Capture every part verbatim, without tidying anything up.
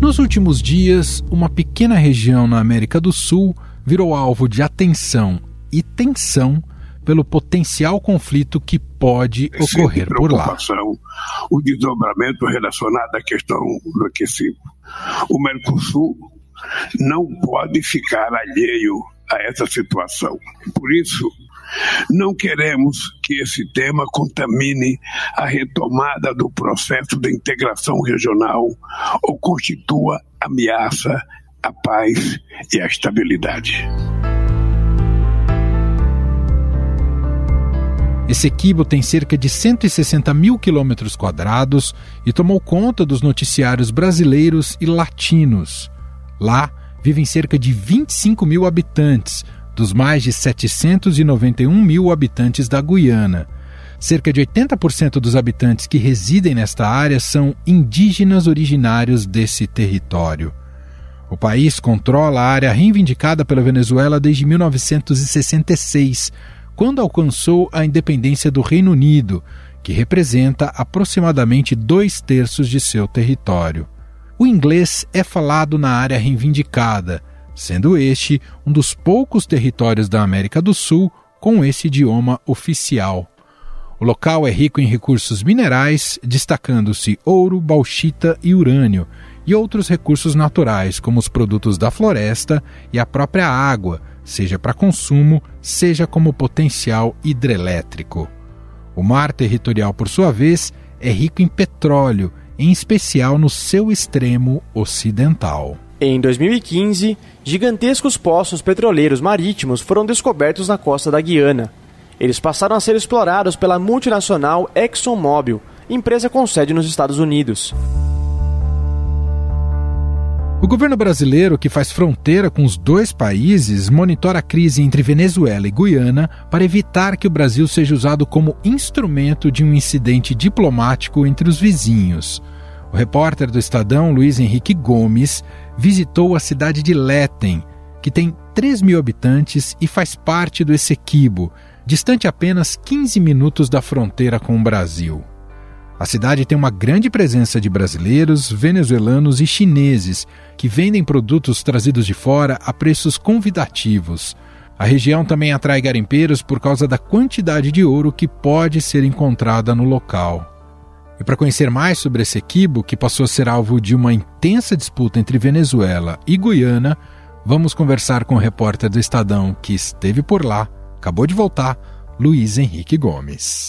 Nos últimos dias, uma pequena região na América do Sul virou alvo de atenção e tensão pelo potencial conflito que pode ocorrer por lá. O desdobramento relacionado à questão do aquecimento. O Mercosul não pode ficar alheio a essa situação. Por isso, não queremos que esse tema contamine a retomada do processo de integração regional ou constitua ameaça à paz e à estabilidade. Essequibo tem cerca de cento e sessenta mil quilômetros quadrados e tomou conta dos noticiários brasileiros e latinos. Lá vivem cerca de vinte e cinco mil habitantes, dos mais de setecentos e noventa e um mil habitantes da Guiana. Cerca de oitenta por cento dos habitantes que residem nesta área são indígenas originários desse território. O país controla a área reivindicada pela Venezuela desde mil novecentos e sessenta e seis, quando alcançou a independência do Reino Unido, que representa aproximadamente dois terços de seu território. O inglês é falado na área reivindicada, sendo este um dos poucos territórios da América do Sul com esse idioma oficial. O local é rico em recursos minerais, destacando-se ouro, bauxita e urânio, e outros recursos naturais, como os produtos da floresta e a própria água, seja para consumo, seja como potencial hidrelétrico. O mar territorial, por sua vez, é rico em petróleo, em especial no seu extremo ocidental. Em dois mil e quinze, gigantescos poços petroleiros marítimos foram descobertos na costa da Guiana. Eles passaram a ser explorados pela multinacional ExxonMobil, empresa com sede nos Estados Unidos. O governo brasileiro, que faz fronteira com os dois países, monitora a crise entre Venezuela e Guiana para evitar que o Brasil seja usado como instrumento de um incidente diplomático entre os vizinhos. O repórter do Estadão, Luiz Henrique Gomes, visitou a cidade de Léten, que tem três mil habitantes e faz parte do Essequibo, distante apenas quinze minutos da fronteira com o Brasil. A cidade tem uma grande presença de brasileiros, venezuelanos e chineses, que vendem produtos trazidos de fora a preços convidativos. A região também atrai garimpeiros por causa da quantidade de ouro que pode ser encontrada no local. E para conhecer mais sobre Essequibo, que passou a ser alvo de uma intensa disputa entre Venezuela e Guiana, vamos conversar com o repórter do Estadão que esteve por lá, acabou de voltar, Luiz Henrique Gomes.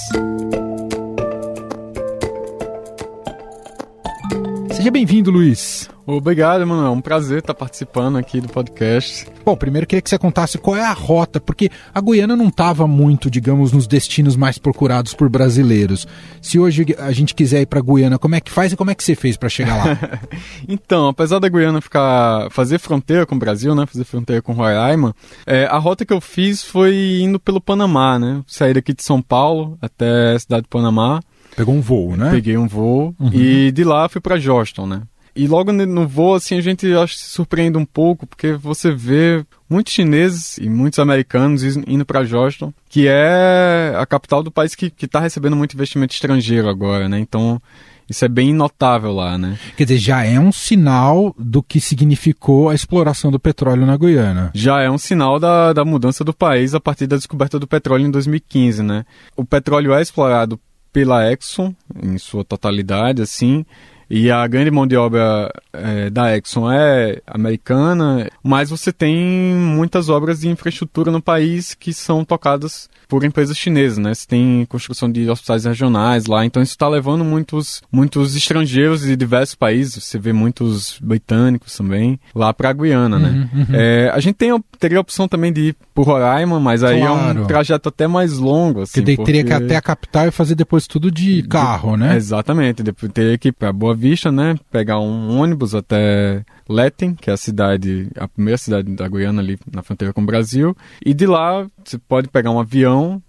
Seja bem-vindo, Luiz. Obrigado, Emanuel. É um prazer estar participando aqui do podcast. Bom, primeiro queria que você contasse qual é a rota, porque a Guiana não estava muito, digamos, nos destinos mais procurados por brasileiros. Se hoje a gente quiser ir para a Guiana, como é que faz e como é que você fez para chegar lá? Então, apesar da Guiana ficar, fazer fronteira com o Brasil, né, fazer fronteira com Roraima, é, a rota que eu fiz foi indo pelo Panamá, né? Saí daqui de São Paulo até a cidade de Panamá. Pegou um voo, né? Peguei um voo uhum. E de lá fui para Johnston, né? E logo no voo, assim, a gente acho que se surpreende um pouco, porque você vê muitos chineses e muitos americanos indo para Johnston, que é a capital do país que está recebendo muito investimento estrangeiro agora, né? Então, isso é bem notável lá, né? Quer dizer, já é um sinal do que significou a exploração do petróleo na Guiana. Já é um sinal da, da mudança do país a partir da descoberta do petróleo em dois mil e quinze, né? O petróleo é explorado pela Exxon, em sua totalidade, assim, e a grande mão de obra é, da Exxon é americana, mas você tem muitas obras de infraestrutura no país que são tocadas por empresas chinesas, né? Você tem construção de hospitais regionais lá, então isso está levando muitos, muitos estrangeiros de diversos países, você vê muitos britânicos também, lá para a Guiana, né? Uhum, uhum. É, a gente tem, teria a opção também de ir por Roraima, mas aí claro. É um trajeto até mais longo, assim. Que daí porque... teria que ir até a capital e fazer depois tudo de carro, né? Exatamente, depois teria que ir para Boa Vista, né? Pegar um ônibus até Léten, que é a cidade, a primeira cidade da Guiana ali na fronteira com o Brasil, e de lá você pode pegar um avião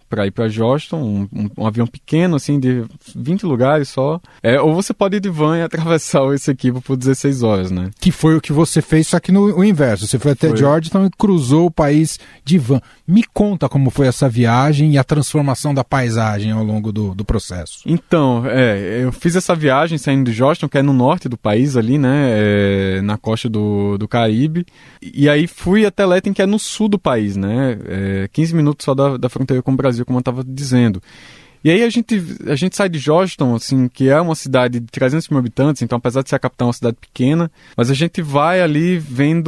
para ir para Johnston, um, um, um avião pequeno, assim, de vinte lugares só. É, ou você pode ir de van e atravessar o Essequibo por dezesseis horas, né? Que foi o que você fez, só que no o inverso. Você foi até foi. Georgetown e cruzou o país de van. Me conta como foi essa viagem e a transformação da paisagem ao longo do, do processo. Então, é, eu fiz essa viagem saindo de Johnston, que é no norte do país ali, né? É, na costa do, do Caribe. E aí fui até Lethem, que é no sul do país, né? É, quinze minutos só da, da fronteira com o Brasil, como eu estava dizendo. E aí a gente, a gente sai de Johnston, assim, que é uma cidade de trezentos mil habitantes, então apesar de ser a capital, é uma cidade pequena, mas a gente vai ali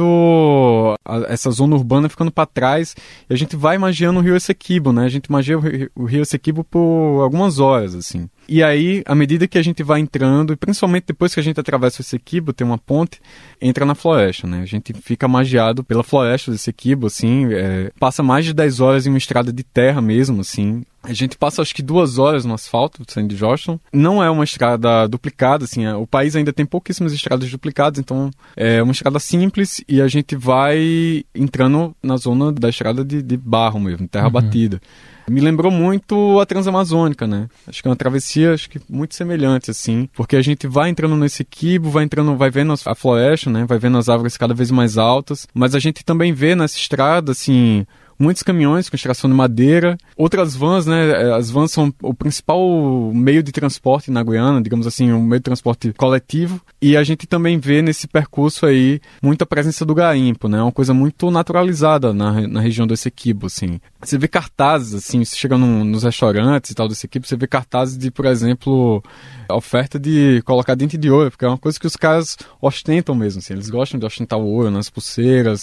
vendo a, essa zona urbana ficando para trás, e a gente vai imaginando o Rio Essequibo, né? A gente imagina o Rio, o Rio Essequibo por algumas horas, assim. E aí, à medida que a gente vai entrando, e principalmente depois que a gente atravessa o Essequibo, tem uma ponte, entra na floresta, né? A gente fica magiado pela floresta do Essequibo, assim, é, passa mais de dez horas em uma estrada de terra mesmo, assim. A gente passa acho que duas horas no asfalto, saindo de Johnston. Não é uma estrada duplicada, assim, é, o país ainda tem pouquíssimas estradas duplicadas, então é uma estrada simples e a gente vai entrando na zona da estrada de, de barro mesmo, terra uhum. batida. Me lembrou muito a Transamazônica, né? Acho que é uma travessia, acho que muito semelhante, assim, porque a gente vai entrando nesse Essequibo, vai entrando, vai vendo a floresta, né? Vai vendo as árvores cada vez mais altas, mas a gente também vê nessa estrada, assim, muitos caminhões com extração de madeira, outras vans, né? As vans são o principal meio de transporte na Guiana, digamos assim, um meio de transporte coletivo. E a gente também vê nesse percurso aí muita presença do garimpo, né? Uma coisa muito naturalizada na, na região do Essequibo, assim. Você vê cartazes, assim, você chega num, nos restaurantes e tal do Essequibo, você vê cartazes de, por exemplo, a oferta de colocar dente de ouro, porque é uma coisa que os caras ostentam mesmo, assim. Eles gostam de ostentar o ouro nas pulseiras.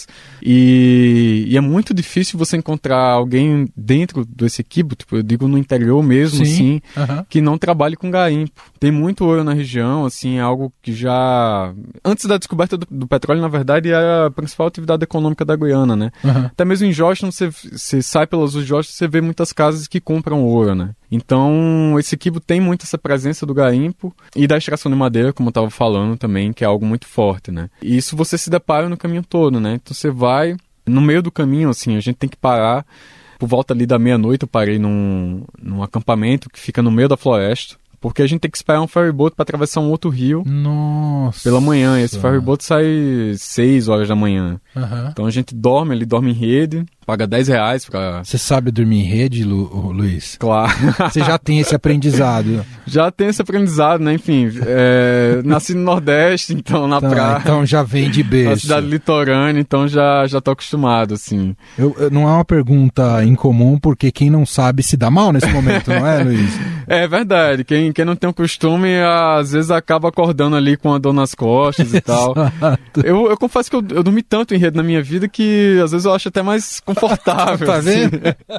E, e é muito difícil você encontrar alguém dentro do Essequibo, tipo, eu digo no interior mesmo, Sim, assim, uh-huh. que não trabalhe com garimpo. Tem muito ouro na região, assim, é algo que já... Antes da descoberta do, do petróleo, na verdade, era a principal atividade econômica da Guiana, né? Uhum. Até mesmo em Johnston, você, você sai pelas ruas de Johnston, você vê muitas casas que compram ouro, né? Então, esse Essequibo tem muito essa presença do garimpo e da extração de madeira, como eu estava falando também, que é algo muito forte, né? E isso você se depara no caminho todo, né? Então, você vai... No meio do caminho, assim, a gente tem que parar. Por volta ali da meia-noite, eu parei num, num acampamento que fica no meio da floresta. Porque a gente tem que esperar um ferryboat para atravessar um outro rio. Nossa. Pela manhã. E esse ferryboat sai seis horas da manhã. Uhum. Então a gente dorme, ele dorme em rede, paga dez reais pra... Você sabe dormir em rede, Lu, Luiz? Claro. Você já tem esse aprendizado. Já tem esse aprendizado, né? Enfim, é... nasci no Nordeste, então na então, praia. Então já vem de berço. Na cidade litorânea, então já, já tô acostumado, assim. Eu, eu, não é uma pergunta incomum, porque quem não sabe se dá mal nesse momento, não é, Luiz? É verdade. Quem, quem não tem o costume, às vezes acaba acordando ali com a dor nas costas e tal. Eu, eu confesso que eu, eu dormi tanto em rede na minha vida que às vezes eu acho até mais confortável. Tá vendo?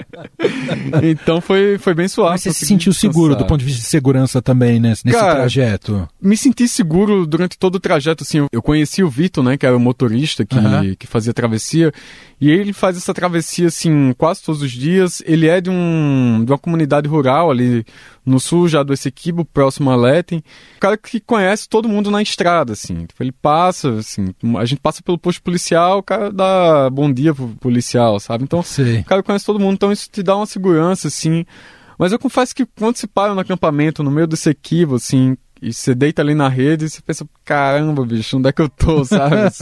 Assim. Então foi, foi bem suave. Mas você se sentiu seguro do ponto de vista de segurança também, né, nesse Cara, trajeto? Me senti seguro durante todo o trajeto, assim. Eu conheci o Vitor, né, que era o motorista que, uhum. que fazia a travessia, e ele faz essa travessia, assim, quase todos os dias. Ele é de, um, de uma comunidade rural ali no sul já do Essequibo, próximo a Lethem. O cara que conhece todo mundo na estrada, assim. Ele passa, assim, a gente passa pelo posto policial, o cara dá bom dia pro policial, sabe? Então, Sei. o cara conhece todo mundo, então isso te dá uma segurança, assim. Mas eu confesso que quando se para no acampamento, no meio do Essequibo, assim, e você deita ali na rede e você pensa, caramba, bicho, onde é que eu tô, sabe? Assim,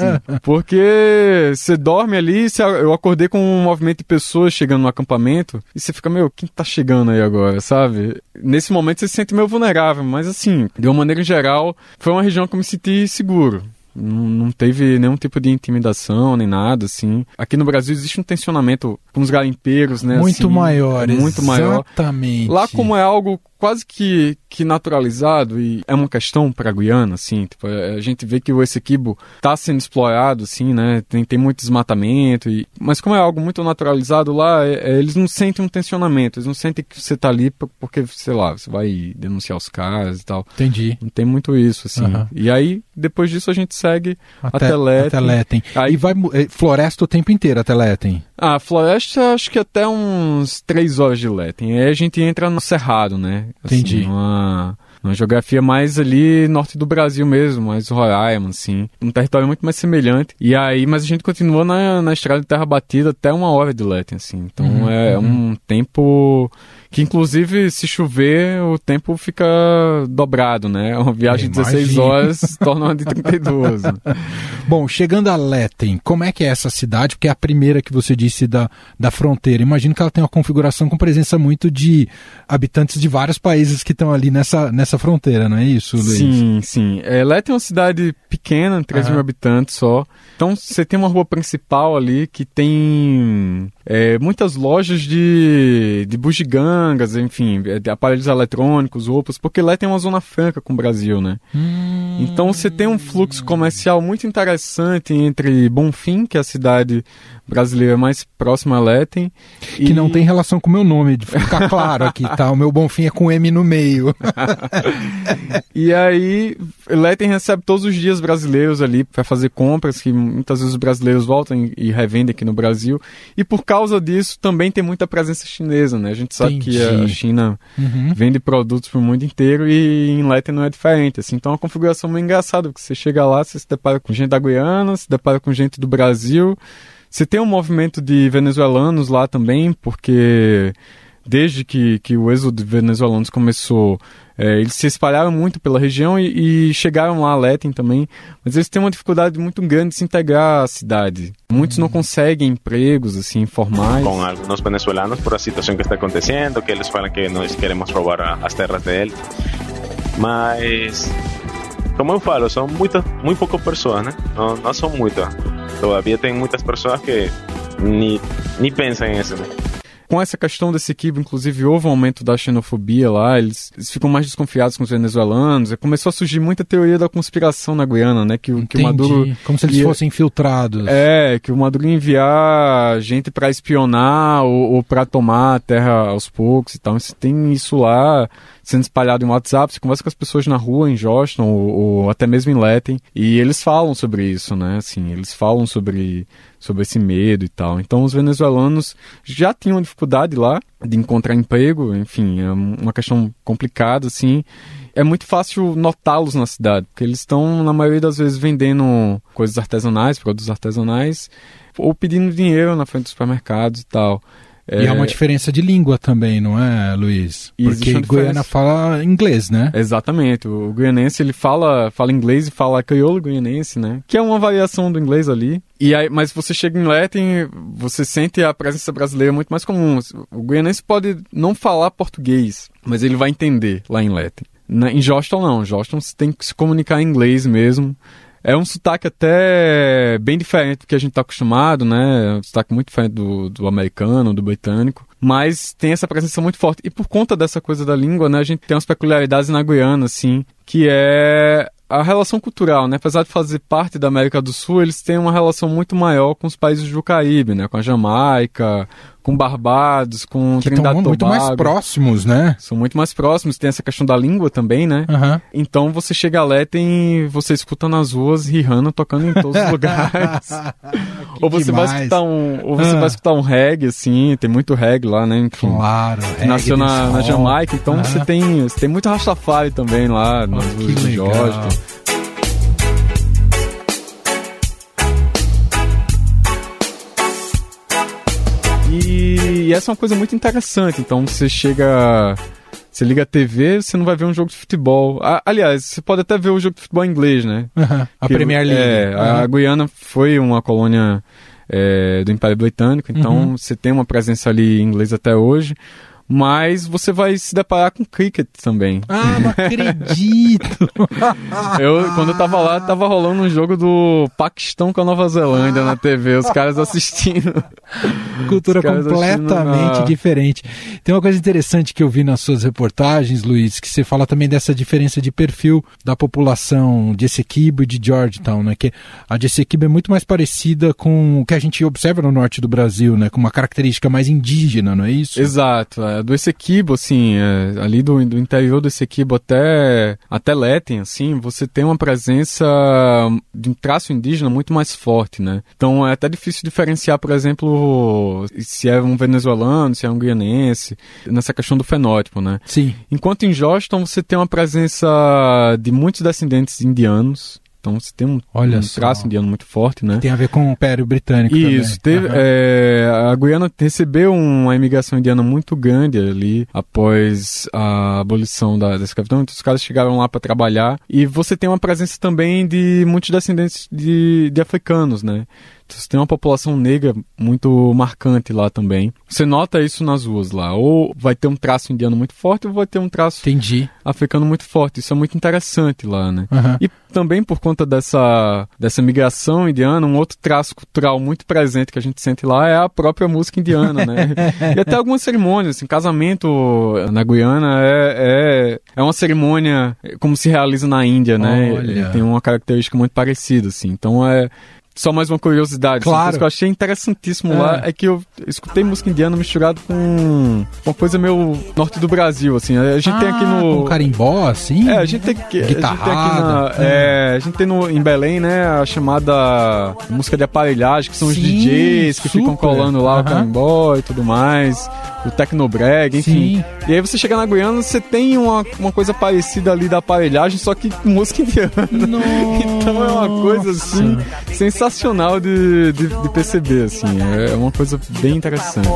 porque você dorme ali, você, eu acordei com um movimento de pessoas chegando no acampamento e você fica, meu, quem tá chegando aí agora, sabe? Nesse momento você se sente meio vulnerável, mas assim, de uma maneira geral, foi uma região que eu me senti seguro. Não, não teve nenhum tipo de intimidação, nem nada, assim. Aqui no Brasil existe um tensionamento com os garimpeiros, né? Muito assim, maior, é muito maior. Exatamente. Lá, como é algo quase que, que naturalizado e é uma questão para a Guiana, assim, tipo, a gente vê que o Essequibo está sendo explorado, assim, né? Tem, tem muito desmatamento, e, mas como é algo muito naturalizado lá, é, é, eles não sentem um tensionamento, eles não sentem que você está ali porque, sei lá, você vai denunciar os caras e tal. Entendi. Não tem muito isso, assim. Uhum. E aí, depois disso, a gente segue até, até Lethem. Até Lethem. Aí, e vai floresta o tempo inteiro até Lethem? Ah, floresta acho que até uns três horas de Lethem. Aí a gente entra no Cerrado, né? Assim, Entendi. Uma, Uma geografia mais ali norte do Brasil mesmo, mais Roraima, assim. Um território muito mais semelhante. E aí, mas a gente continua na, na estrada de terra batida até uma hora de Lethem, assim. Então uhum, é uhum. um tempo que, inclusive, se chover, o tempo fica dobrado, né? Uma viagem de dezesseis horas se torna uma de trinta e duas. Né? Bom, chegando a Lethem, como é que é essa cidade? Porque é a primeira que você disse da, da fronteira. Imagino que ela tem uma configuração com presença muito de habitantes de vários países que estão ali nessa, nessa fronteira, não é isso, Luiz? Sim, sim. É, Lethem é uma cidade pequena, treze mil habitantes só. Então, você tem uma rua principal ali que tem é, muitas lojas de, de bugigangas, enfim, de aparelhos eletrônicos, roupas, porque Lethem é uma zona franca com o Brasil, né? Hum... Então, você tem um fluxo comercial muito interessante entre Bonfim, que é a cidade brasileira mais próxima a Lethem. Que e... não tem relação com o meu nome, de ficar claro aqui, tá? O meu Bonfim é com M no meio. E aí, Lethem recebe todos os dias brasileiros ali para fazer compras, que muitas vezes os brasileiros voltam e revendem aqui no Brasil. E por causa disso, também tem muita presença chinesa, né? A gente sabe Entendi. que a China uhum. vende produtos para o mundo inteiro e em Lethem não é diferente. Assim. Então é uma configuração meio engraçada, porque você chega lá, você se depara com gente da Guiana, se depara com gente do Brasil. Você tem um movimento de venezuelanos lá também, porque desde que, que o êxodo de venezuelanos começou, é, eles se espalharam muito pela região e, e chegaram lá a Lethem também, mas eles têm uma dificuldade muito grande de se integrar à cidade. Muitos não conseguem empregos assim, formais. Com alguns venezuelanos por a situação que está acontecendo, que eles falam que nós queremos roubar as terras deles. Mas, como eu falo, são muitas, muito poucas pessoas, né? Não, não são muitas. Todavia tem muitas pessoas que nem, nem pensam nisso, né? Com essa questão desse equívoco, inclusive, houve um aumento da xenofobia lá, eles, eles ficam mais desconfiados com os venezuelanos, começou a surgir muita teoria da conspiração na Guiana, né, que, que o Maduro... Como se eles ia, fossem infiltrados. É, que o Maduro ia enviar gente para espionar ou, ou para tomar a terra aos poucos e tal. Você tem isso lá sendo espalhado em WhatsApp, você conversa com as pessoas na rua, em Joston, ou, ou até mesmo em Lethem, e eles falam sobre isso, né, assim, eles falam sobre, sobre esse medo e tal. Então os venezuelanos já tinham dificuldade lá de encontrar emprego, enfim, é uma questão complicada, assim. É muito fácil notá-los na cidade, porque eles estão, na maioria das vezes, vendendo coisas artesanais, produtos artesanais, ou pedindo dinheiro na frente dos supermercados e tal. E é... há uma diferença de língua também, não é, Luiz? Porque Guiana fala inglês, né? Exatamente. O guianense, ele fala, fala inglês e fala crioulo guianense, né? Que é uma variação do inglês ali. E aí, mas você chega em Lethem, você sente a presença brasileira muito mais comum. O guianense pode não falar português, mas ele vai entender lá em Lethem. Na, em Joston, não. Em Joston, você tem que se comunicar em inglês mesmo. É um sotaque até bem diferente do que a gente está acostumado, né? É um sotaque muito diferente do, do americano, do britânico. Mas tem essa presença muito forte. E por conta dessa coisa da língua, né? A gente tem umas peculiaridades na Guiana, assim, que é a relação cultural, né? Apesar de fazer parte da América do Sul, eles têm uma relação muito maior com os países do Caribe, né? Com a Jamaica, com Barbados, com que Trindade e Tobago. Muito mais próximos, né? São muito mais próximos. Tem essa questão da língua também, né? Uhum. Então você chega a Lethem e você escuta nas ruas Rihanna tocando em todos os lugares. ou você demais. vai escutar um, ou você ah. vai escutar um reggae, assim. Tem muito reggae lá, né? Enfim, claro. Nasceu na, na Jamaica, então ah. você tem, você tem muito Rastafari também lá nas ruas de Joston. E essa é uma coisa muito interessante. Então você chega, você liga a T V, você não vai ver um jogo de futebol. Ah, aliás, você pode até ver o jogo de futebol em inglês, né? Uhum. A Premier League. É, uhum. A Guiana foi uma colônia é, do Império Britânico, então uhum. você tem uma presença ali em inglês até hoje. Mas você vai se deparar com cricket também. Ah, não acredito! eu, quando eu tava lá, tava rolando um jogo do Paquistão com a Nova Zelândia na T V, os caras assistindo. Cultura completamente na... diferente. Tem uma coisa interessante que eu vi nas suas reportagens, Luiz, que você fala também dessa diferença de perfil da população de Essequibo e de Georgetown, né? Que a de Essequibo é muito mais parecida com o que a gente observa no norte do Brasil, né? Com uma característica mais indígena, não é isso? Exato, é. é, do Essequibo, assim, é, ali do, do interior do Essequibo até, até Léten, assim, você tem uma presença de um traço indígena muito mais forte, né? Então é até difícil diferenciar, por exemplo, se é um venezuelano, se é um guianense, nessa questão do fenótipo, né? Sim. Enquanto em Georgetown você tem uma presença de muitos descendentes indianos. Então você tem um, Olha um só. traço indiano muito forte, né? Tem a ver com o Império Britânico Isso, também. teve, Uhum. é, a Guiana recebeu uma imigração indiana muito grande ali após a abolição da, da escravidão. Então os caras chegaram lá para trabalhar. E você tem uma presença também de muitos descendentes de, de africanos, né? Então, você tem uma população negra muito marcante lá também. Você nota isso nas ruas lá. Ou vai ter um traço indiano muito forte, ou vai ter um traço Entendi. africano muito forte. Isso é muito interessante lá, né? Uhum. E também por conta dessa, dessa migração indiana, um outro traço cultural muito presente que a gente sente lá é a própria música indiana, né? E até algumas cerimônias, assim, casamento na Guiana é, é, é uma cerimônia como se realiza na Índia, né? Olha. Tem uma característica muito parecida, assim. Então é... Só mais uma curiosidade. Claro. Assim, que eu achei interessantíssimo é. lá é que eu escutei música indiana misturado com uma coisa meio norte do Brasil, assim. A gente ah, tem aqui no... com carimbó, assim? É, a gente tem que... Guitarrada. A gente tem aqui na, é, a gente tem no, em Belém, né, a chamada música de aparelhagem, que são Sim, os D Js que super. ficam colando lá Uhum. o carimbó e tudo mais, o tecnobreg, enfim. Sim. E aí você chega na Guiana, você tem uma, uma coisa parecida ali da aparelhagem, só que com música indiana. Então é uma coisa, assim, sensacional de, de, de perceber, assim. É uma coisa bem interessante.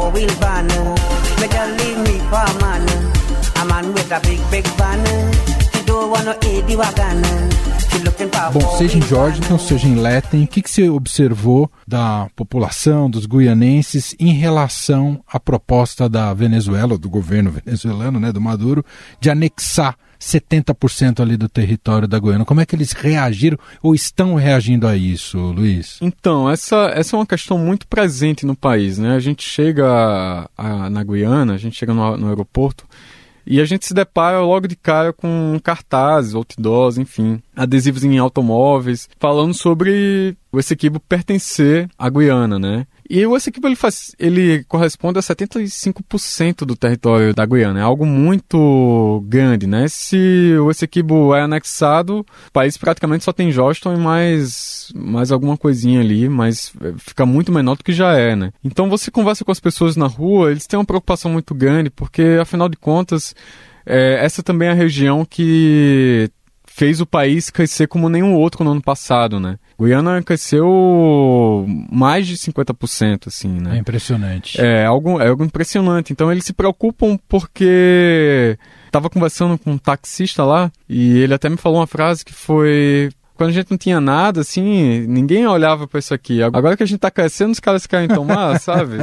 Bom, seja em Georgetown, seja em Léten, o que, que você observou da população, dos guianenses, em relação à proposta da Venezuela, do governo venezuelano, né, do Maduro, de anexar setenta por cento ali do território da Guiana? Como é que eles reagiram ou estão reagindo a isso, Luiz? Então, essa, essa é uma questão muito presente no país, né? A gente chega a, a, na Guiana, a gente chega no, no aeroporto e a gente se depara logo de cara com cartazes, outdoors, enfim, adesivos em automóveis, falando sobre o Essequibo pertencer à Guiana, né? E o Essequibo, ele, faz, ele corresponde a setenta e cinco por cento do território da Guiana. É algo muito grande, né? Se o Essequibo é anexado, o país praticamente só tem Georgetown e mais, mais alguma coisinha ali, mas fica muito menor do que já é, né? Então você conversa com as pessoas na rua, eles têm uma preocupação muito grande, porque, afinal de contas, é, essa também é a região que fez o país crescer como nenhum outro no ano passado, né? Guiana cresceu mais de cinquenta por cento, assim, né? É impressionante. É algo, é algo impressionante. Então eles se preocupam porque... Estava conversando com um taxista lá e ele até me falou uma frase que foi... Quando a gente não tinha nada, assim, ninguém olhava para isso aqui. Agora que a gente tá crescendo, os caras querem tomar, sabe?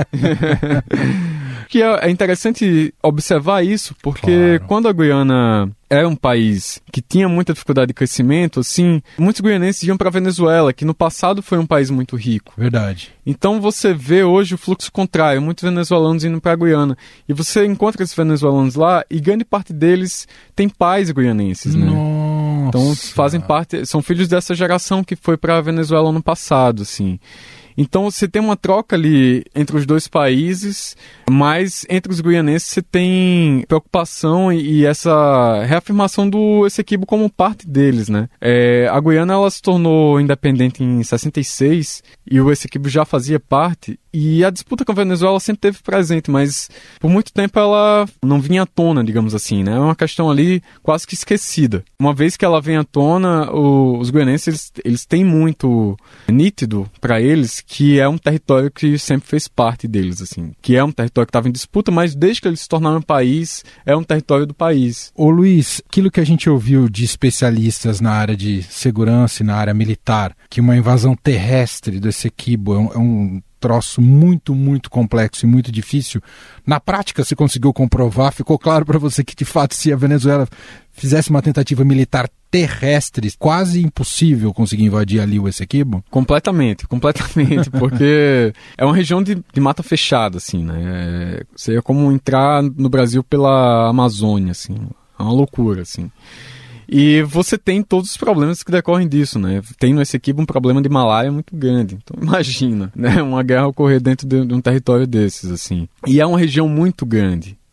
Que é interessante observar isso, porque Claro. quando a Guiana era um país que tinha muita dificuldade de crescimento, assim, muitos guianenses iam para a Venezuela, que no passado foi um país muito rico. Verdade. Então você vê hoje o fluxo contrário, muitos venezuelanos indo para a Guiana. E você encontra esses venezuelanos lá e grande parte deles tem pais guianenses, né? Nossa. Então fazem parte, são filhos dessa geração que foi para a Venezuela no passado, assim. Então você tem uma troca ali entre os dois países, mas entre os guianenses você tem preocupação e, e essa reafirmação do Essequibo como parte deles, né? É, a Guiana ela se tornou independente em sessenta e seis e o Essequibo já fazia parte. E a disputa com a Venezuela sempre teve presente, mas por muito tempo ela não vinha à tona, digamos assim, né? É uma questão ali quase que esquecida. Uma vez que ela vem à tona, o, os guianenses eles, eles têm muito nítido para eles que é um território que sempre fez parte deles, assim. Que é um território que estava em disputa, mas desde que eles se tornaram um país, é um território do país. Ô Luiz, aquilo que a gente ouviu de especialistas na área de segurança e na área militar, que uma invasão terrestre do Essequibo é um, é um troço muito, muito complexo e muito difícil. Na prática, você conseguiu comprovar, ficou claro para você que, de fato, se a Venezuela fizesse uma tentativa militar terrestre, quase impossível conseguir invadir ali o Essequibo? Completamente, completamente, porque é uma região de, de mata fechada, assim, né? É, seria como entrar no Brasil pela Amazônia, assim, é uma loucura, assim. E você tem todos os problemas que decorrem disso, né? Tem no Essequibo um problema de malária muito grande. Então imagina, né? Uma guerra ocorrer dentro de, de um território desses, assim. E é uma região muito grande,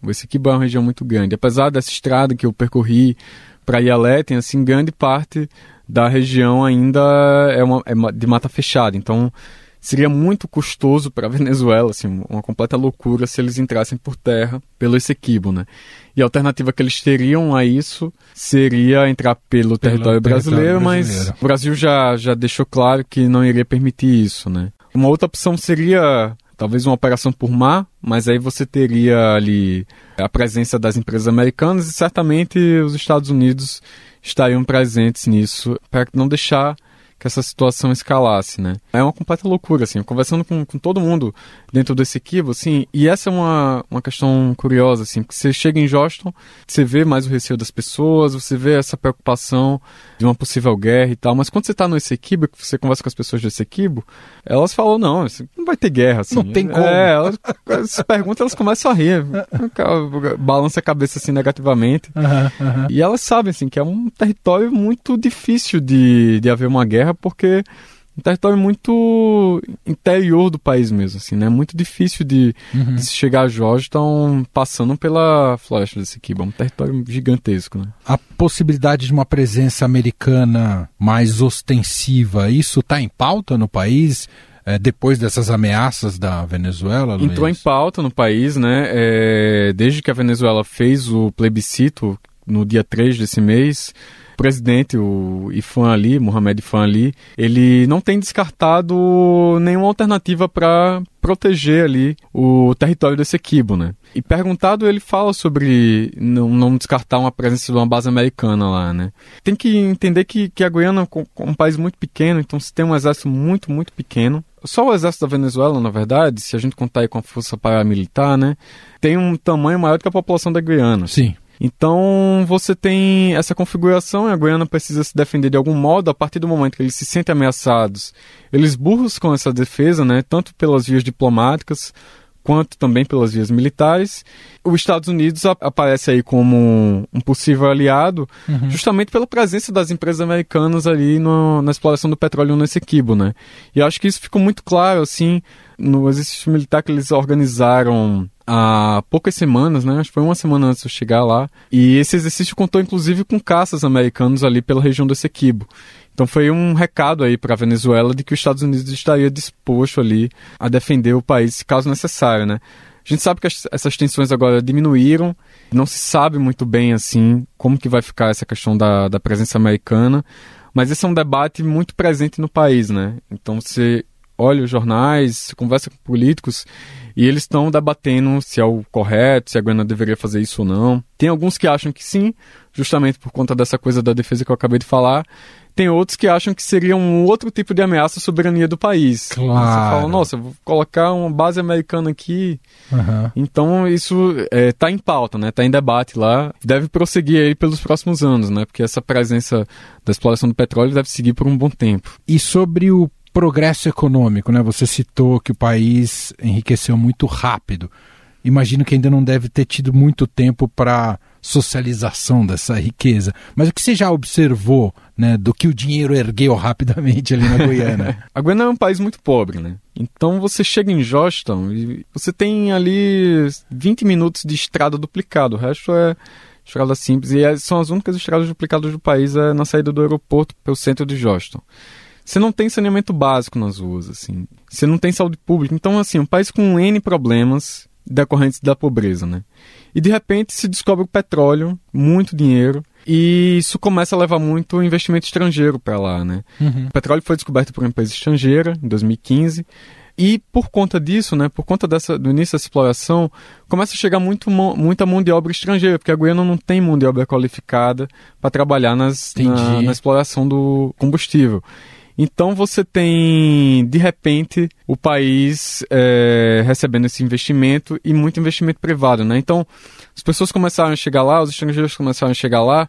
O Essequibo é uma região muito grande. Apesar dessa estrada que eu percorri para Ialetem, assim, grande parte da região ainda é, uma, é de mata fechada. Então, seria muito custoso para a Venezuela, assim, uma completa loucura se eles entrassem por terra pelo Essequibo, né? E a alternativa que eles teriam a isso seria entrar pelo, pelo território brasileiro, território brasileiro, mas o Brasil já, já deixou claro que não iria permitir isso, né? Uma outra opção seria talvez uma operação por mar, mas aí você teria ali a presença das empresas americanas e certamente os Estados Unidos estariam presentes nisso para não deixar que essa situação escalasse, né? É uma completa loucura, assim, conversando com, com todo mundo dentro desse Essequibo, assim, e essa é uma, uma questão curiosa, assim, porque você chega em Joston, você vê mais o receio das pessoas, você vê essa preocupação de uma possível guerra e tal, mas quando você está no Essequibo, que você conversa com as pessoas do Essequibo, elas falam, não, não vai ter guerra, assim. Não tem como. É, elas, se perguntam, elas começam a rir, balança a cabeça, assim, negativamente, uhum, uhum. E elas sabem, assim, que é um território muito difícil de, de haver uma guerra, porque um território muito interior do país mesmo, assim, né? Muito difícil de, uhum. de se chegar a Georgetown passando pela floresta desse Essequibo. É um território gigantesco, né? A possibilidade de uma presença americana mais ostensiva, isso está em pauta no país? É, depois dessas ameaças da Venezuela, Luiz? Entrou em pauta no país, né? É, desde que a Venezuela fez o plebiscito no dia três desse mês, o presidente, o Ifan Ali, Mohamed Ifan Ali, ele não tem descartado nenhuma alternativa para proteger ali o território do Essequibo, né? E perguntado, ele fala sobre não, não descartar uma presença de uma base americana lá, né? Tem que entender que, que a Guiana é um país muito pequeno, então se tem um exército muito, muito pequeno. Só o exército da Venezuela, na verdade, se a gente contar aí com a força paramilitar, né, tem um tamanho maior do que a população da Guiana. Sim. Então, você tem essa configuração e a Guiana precisa se defender de algum modo. A partir do momento que eles se sentem ameaçados, eles buscam essa defesa, né, tanto pelas vias diplomáticas quanto também pelas vias militares. Os Estados Unidos ap- aparece aí como um possível aliado, uhum. justamente pela presença das empresas americanas ali no, na exploração do petróleo no Essequibo, né? E eu acho que isso ficou muito claro, assim, no exercício militar que eles organizaram há poucas semanas, né? Acho que foi uma semana antes de eu chegar lá. E esse exercício contou, inclusive, com caças americanos ali pela região do Essequibo. Então foi um recado aí para a Venezuela de que os Estados Unidos estaria disposto ali a defender o país, caso necessário, né? A gente sabe que as, essas tensões agora diminuíram, não se sabe muito bem, assim, como que vai ficar essa questão da, da presença americana, mas esse é um debate muito presente no país, né? Então você olha os jornais, conversa com políticos e eles estão debatendo se é o correto, se a Guiana deveria fazer isso ou não. Tem alguns que acham que sim, justamente por conta dessa coisa da defesa que eu acabei de falar. Tem outros que acham que seria um outro tipo de ameaça à soberania do país. Claro. Você fala, nossa, vou colocar uma base americana aqui. Uhum. Então isso está é, em pauta, né? Está em debate lá. Deve prosseguir aí pelos próximos anos, né? Porque essa presença da exploração do petróleo deve seguir por um bom tempo. E sobre o progresso econômico, né? Você citou que o país enriqueceu muito rápido. Imagino que ainda não deve ter tido muito tempo para socialização dessa riqueza. Mas o que você já observou, né, do que o dinheiro ergueu rapidamente ali na Guiana? A Guiana é um país muito pobre, né? Então você chega em Georgetown e você tem ali vinte minutos de estrada duplicada. O resto é estrada simples. E são as únicas estradas duplicadas do país é na saída do aeroporto pelo centro de Georgetown. Você não tem saneamento básico nas ruas, assim. Você não tem saúde pública. Então, assim, um país com N problemas decorrentes da pobreza, né? E de repente se descobre o petróleo, muito dinheiro, e isso começa a levar muito investimento estrangeiro para lá, né? Uhum. O petróleo foi descoberto por uma empresa estrangeira em dois mil e quinze, e por conta disso, né, por conta dessa, do início dessa exploração, começa a chegar muito, muita mão de obra estrangeira, porque a Guiana não tem mão de obra qualificada para trabalhar nas, na, na exploração do combustível. Então você tem, de repente, o país é, recebendo esse investimento e muito investimento privado, né? Então as pessoas começaram a chegar lá, os estrangeiros começaram a chegar lá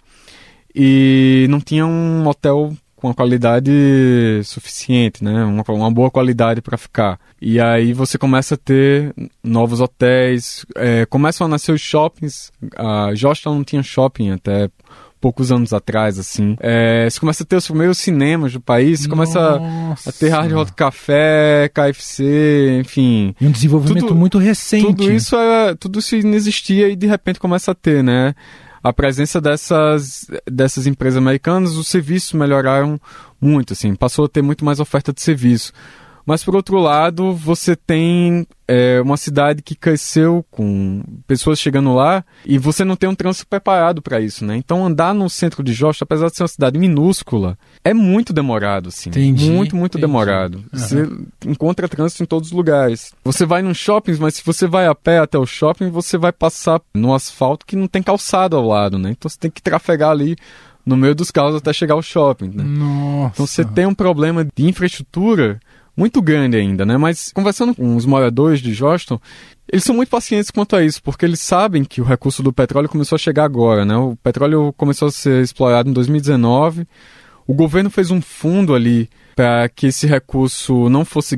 e não tinha um hotel com uma qualidade suficiente, né? Uma, uma boa qualidade para ficar. E aí você começa a ter novos hotéis, é, começam a nascer os shoppings. A Georgetown não tinha shopping até poucos anos atrás, assim. É, você começa a ter os primeiros cinemas do país, você começa a, a ter Hard Rock Café, K F C, enfim. E um desenvolvimento tudo, muito recente. Tudo isso, é, tudo isso não existia e de repente começa a ter, né? A presença dessas, dessas empresas americanas, os serviços melhoraram muito, assim, passou a ter muito mais oferta de serviço. Mas, por outro lado, você tem é, uma cidade que cresceu com pessoas chegando lá e você não tem um trânsito preparado para isso, né? Então, andar no centro de Joshtão, apesar de ser uma cidade minúscula, é muito demorado, assim. Entendi, muito, muito entendi. demorado. Uhum. Você encontra trânsito em todos os lugares. Você vai num shopping, mas se você vai a pé até o shopping, você vai passar no asfalto que não tem calçado ao lado, né? Então, você tem que trafegar ali no meio dos carros até chegar ao shopping, né? Nossa. Então, você tem um problema de infraestrutura muito grande ainda, né? Mas conversando com os moradores de Joshtão, eles são muito pacientes quanto a isso, porque eles sabem que o recurso do petróleo começou a chegar agora, né? O petróleo começou a ser explorado em dois mil e dezenove, o governo fez um fundo ali para que esse recurso não fosse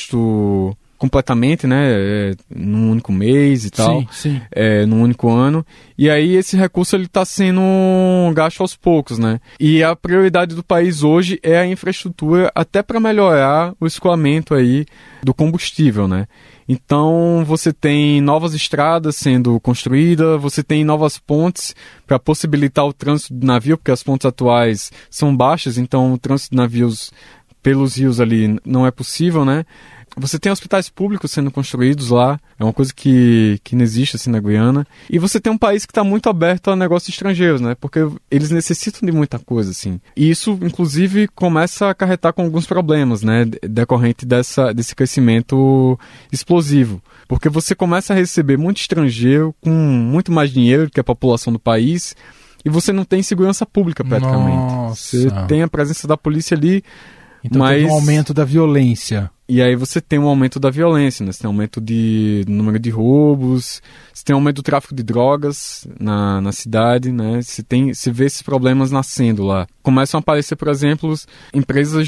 gasto completamente, né, num único mês e tal, sim, sim. É, num único ano, e aí esse recurso ele está sendo gasto aos poucos, né, e a prioridade do país hoje é a infraestrutura até para melhorar o escoamento aí do combustível, né. Então você tem novas estradas sendo construídas, você tem novas pontes para possibilitar o trânsito de navio, porque as pontes atuais são baixas, então o trânsito de navios pelos rios ali não é possível, né. Você tem hospitais públicos sendo construídos lá, é uma coisa que, que não existe assim na Guiana. E você tem um país que está muito aberto a negócios estrangeiros, né? Porque eles necessitam de muita coisa, assim. E isso, inclusive, começa a acarretar com alguns problemas, né? Decorrente dessa, desse crescimento explosivo. Porque você começa a receber muito estrangeiro com muito mais dinheiro que a população do país e você não tem segurança pública praticamente. Nossa. Você tem a presença da polícia ali, então mas... teve um aumento da violência. E aí você tem um aumento da violência, né? Você tem um aumento de, do número de roubos, você tem um aumento do tráfico de drogas na, na cidade, né? Você, tem, você vê esses problemas nascendo lá. Começam a aparecer, por exemplo, empresas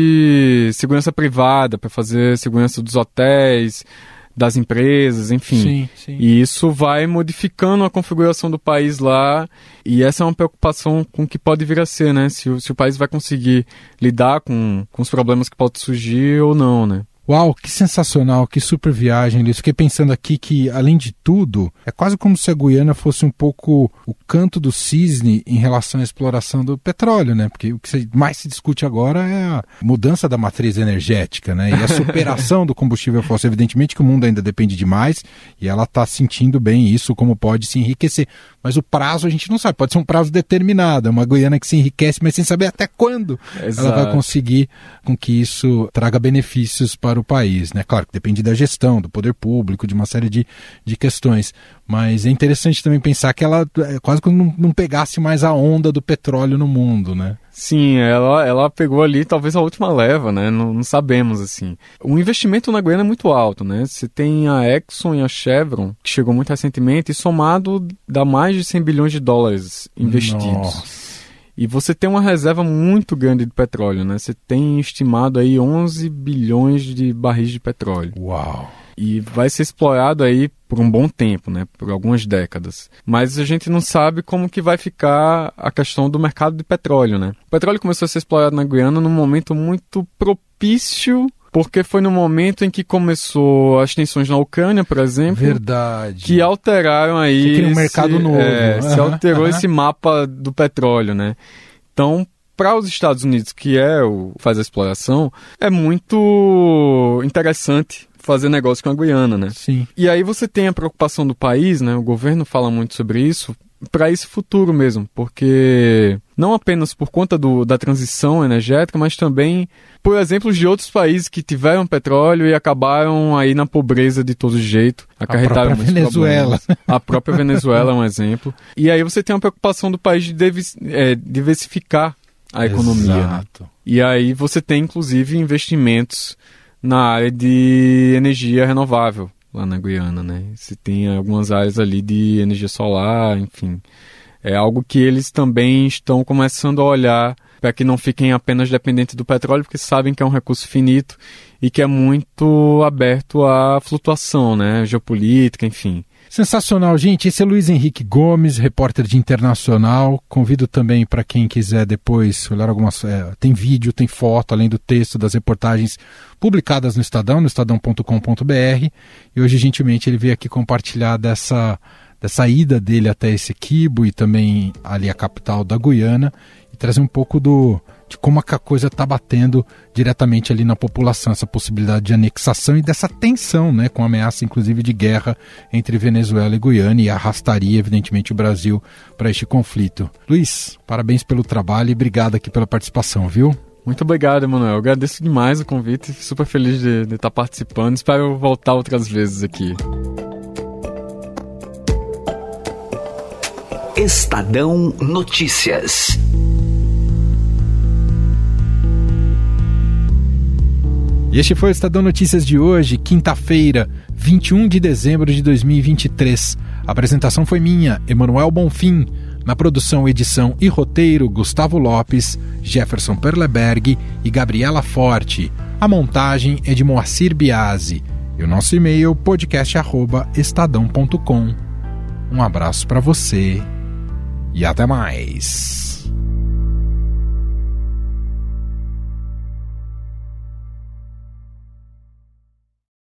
de segurança privada para fazer segurança dos hotéis, das empresas, enfim. Sim, sim. E isso vai modificando a configuração do país lá, e essa é uma preocupação com o que pode vir a ser, né? Se o, se o país vai conseguir lidar com, com os problemas que podem surgir ou não, né? Uau, que sensacional, que super viagem, Luiz. Fiquei pensando aqui que, além de tudo, é quase como se a Guiana fosse um pouco o canto do cisne em relação à exploração do petróleo, né? Porque o que mais se discute agora é a mudança da matriz energética, né? E a superação do combustível fóssil. Evidentemente que o mundo ainda depende demais e ela está sentindo bem isso, como pode se enriquecer. Mas o prazo a gente não sabe, pode ser um prazo determinado. É uma Guiana que se enriquece, mas sem saber até quando Exato. Ela vai conseguir com que isso traga benefícios para o país, né? Claro que depende da gestão, do poder público, de uma série de, de questões, mas é interessante também pensar que ela é quase como não, não pegasse mais a onda do petróleo no mundo, né? Sim, ela, ela pegou ali talvez a última leva, né? Não, não sabemos, assim. O investimento na Guiana é muito alto, né? Você tem a Exxon e a Chevron, que chegou muito recentemente, e somado dá mais de cem bilhões de dólares investidos. Nossa. E você tem uma reserva muito grande de petróleo, né? Você tem estimado aí onze bilhões de barris de petróleo. Uau! E vai ser explorado aí por um bom tempo, né? Por algumas décadas. Mas a gente não sabe como que vai ficar a questão do mercado de petróleo, né? O petróleo começou a ser explorado na Guiana num momento muito propício, porque foi no momento em que começou as tensões na Ucrânia, por exemplo. Verdade. Que alteraram aí... Que cria um mercado esse, novo. É, uhum, se alterou uhum. esse mapa do petróleo, né? Então, para os Estados Unidos, que é o faz a exploração, é muito interessante fazer negócio com a Guiana, né? Sim. E aí você tem a preocupação do país, né? O governo fala muito sobre isso, para esse futuro mesmo, porque não apenas por conta do, da transição energética, mas também por exemplos de outros países que tiveram petróleo e acabaram aí na pobreza de todo jeito, acarretaram muitos Venezuela. problemas. A própria Venezuela é um exemplo. E aí você tem uma preocupação do país de devis, é, diversificar a economia. Exato. Né? E aí você tem inclusive investimentos na área de energia renovável lá na Guiana, né? Você tem algumas áreas ali de energia solar, enfim. É algo que eles também estão começando a olhar para que não fiquem apenas dependentes do petróleo, porque sabem que é um recurso finito e que é muito aberto à flutuação, né? Geopolítica, enfim. Sensacional, gente. Esse é Luiz Henrique Gomes, repórter de Internacional. Convido também para quem quiser depois olhar algumas... É, tem vídeo, tem foto, além do texto das reportagens publicadas no Estadão, no estadão ponto com ponto b r. E hoje, gentilmente, ele veio aqui compartilhar dessa, dessa ida dele até esse Quibo e também ali a capital da Guiana e trazer um pouco do... de como a coisa está batendo diretamente ali na população, essa possibilidade de anexação e dessa tensão, né, com ameaça inclusive de guerra entre Venezuela e Guiana, e arrastaria evidentemente o Brasil para este conflito. Luiz, parabéns pelo trabalho e obrigado aqui pela participação, viu? Muito obrigado, Emanuel. Eu agradeço demais o convite, super feliz de, de estar participando, espero voltar outras vezes aqui. Estadão Notícias. E este foi o Estadão Notícias de hoje, quinta-feira, vinte e um de dezembro de dois mil e vinte e três. A apresentação foi minha, Emanuel Bonfim. Na produção, edição e roteiro, Gustavo Lopes, Jefferson Perleberg e Gabriela Forte. A montagem é de Moacir Biasi. E o nosso e-mail, podcast arroba estadão ponto com. Um abraço para você e até mais.